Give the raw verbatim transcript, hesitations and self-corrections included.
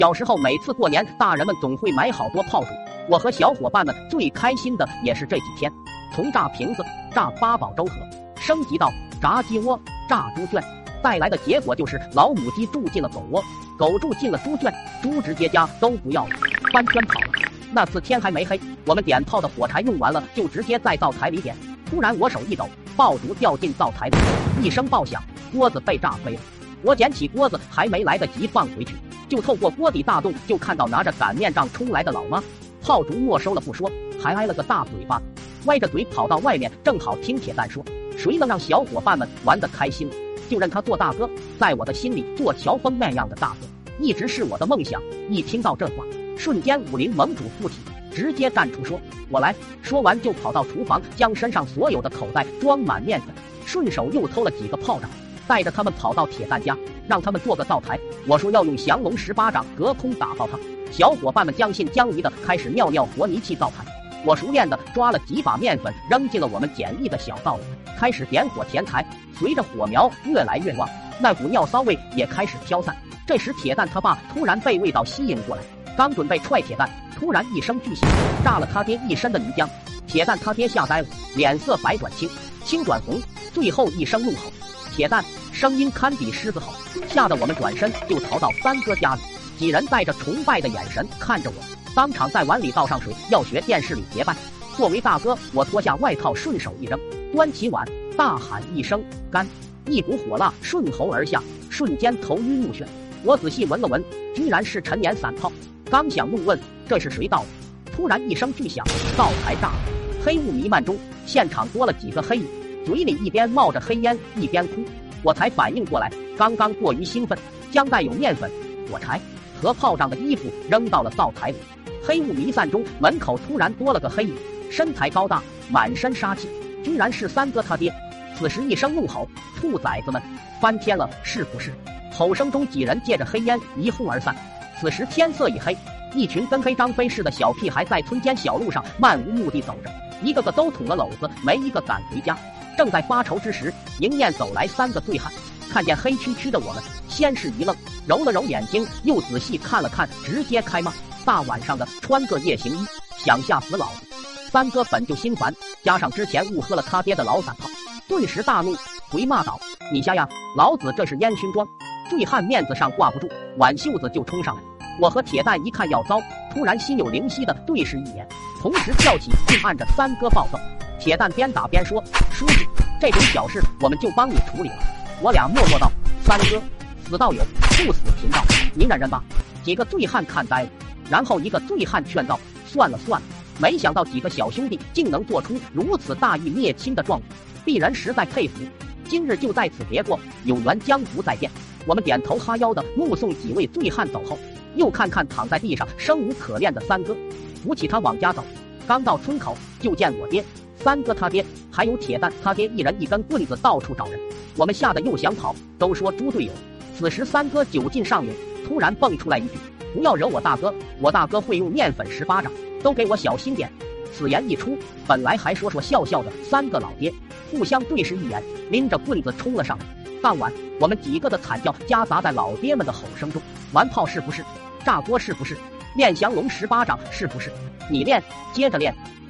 小时候每次过年，大人们总会买好多炮竹，我和小伙伴们最开心的也是这几天，从炸瓶子、炸八宝粥盒，升级到炸鸡窝、炸猪圈，带来的结果就是老母鸡住进了狗窝，狗住进了猪圈，猪直接家都不要了，翻圈跑了。那次天还没黑，我们点炮的火柴用完了，就直接在灶台里点。突然我手一抖，爆竹掉进灶台里，一声爆响，锅子被炸飞了。我捡起锅子，还没来得及放回去，就透过锅底大洞就看到拿着擀面杖冲来的老妈。炮竹没收了不说，还挨了个大嘴巴，歪着嘴跑到外面，正好听铁蛋说，谁能让小伙伴们玩得开心了，就认他做大哥。在我的心里，做乔峰那样的大哥一直是我的梦想。一听到这话，瞬间武林盟主附体，直接站出说，我来。说完就跑到厨房，将身上所有的口袋装满面粉，顺手又偷了几个炮仗，带着他们跑到铁蛋家，让他们做个灶台。我说要用降龙十八掌隔空打爆他。小伙伴们将信将疑的开始尿尿和泥气灶台。我熟练的抓了几把面粉扔进了我们简易的小灶里，开始点火填柴。随着火苗越来越旺，那股尿骚味也开始飘散。这时铁蛋他爸突然被味道吸引过来，刚准备踹铁蛋，突然一声巨响，炸了他爹一身的泥浆。铁蛋他爹吓呆了，脸色白转青，青转红，最后一声怒吼，铁蛋，声音堪比狮子吼，吓得我们转身就逃到三哥家里。几人带着崇拜的眼神看着我，当场在碗里倒上水，要学电视里结拜。作为大哥，我脱下外套，顺手一扔，端起碗，大喊一声干，一股火辣顺喉而下，瞬间头晕目眩。我仔细闻了闻，居然是陈年散炮。刚想怒问这是谁倒的，突然一声巨响，灶台炸了，黑雾弥漫中，现场多了几个黑影，嘴里一边冒着黑烟一边哭。我才反应过来，刚刚过于兴奋，将带有面粉、火柴和炮仗的衣服扔到了灶台里。黑雾弥散中，门口突然多了个黑影，身材高大，满身杀气，居然是三哥他爹。此时一声怒吼，兔崽子们，翻天了是不是？吼声中，几人借着黑烟一哄而散。此时天色已黑，一群跟黑张飞似的小屁孩在村间小路上漫无目的走着，一个个都捅了篓子，没一个敢回家。正在发愁之时，迎面走来三个醉汉，看见黑黢黢的我们，先是一愣，揉了揉眼睛，又仔细看了看，直接开骂，大晚上的穿个夜行衣，想吓死老子。三哥本就心烦，加上之前误喝了他爹的老散炮，顿时大怒，回骂道，你瞎呀，老子这是烟熏妆。醉汉面子上挂不住，挽袖子就冲上来。我和铁蛋一看要糟，突然心有灵犀的对视一眼，同时跳起并按着三哥暴揍。铁蛋边打边说，叔叔，这种小事我们就帮你处理了。我俩默默道，三哥，死道友，不死贫道，您忍忍吧。几个醉汉看呆了，然后一个醉汉劝道，算了算了，没想到几个小兄弟竟能做出如此大义灭亲的壮举，鄙人实在佩服。今日就在此别过，有缘江湖再见。我们点头哈腰的目送几位醉汉走后，又看看躺在地上生无可恋的三哥，扶起他往家走。刚到村口，就见我爹、三哥他爹还有铁蛋他爹一人一根棍子到处找人。我们吓得又想跑，都说猪队友。此时三哥酒劲上涌，突然蹦出来一句，不要惹我大哥，我大哥会用面粉十八掌，都给我小心点。此言一出，本来还说说笑笑的三个老爹互相对视一眼，拎着棍子冲了上来。当晚我们几个的惨叫夹杂在老爹们的吼声中，玩炮是不是？炸锅是不是？练降龙十八掌是不是？你练，接着练，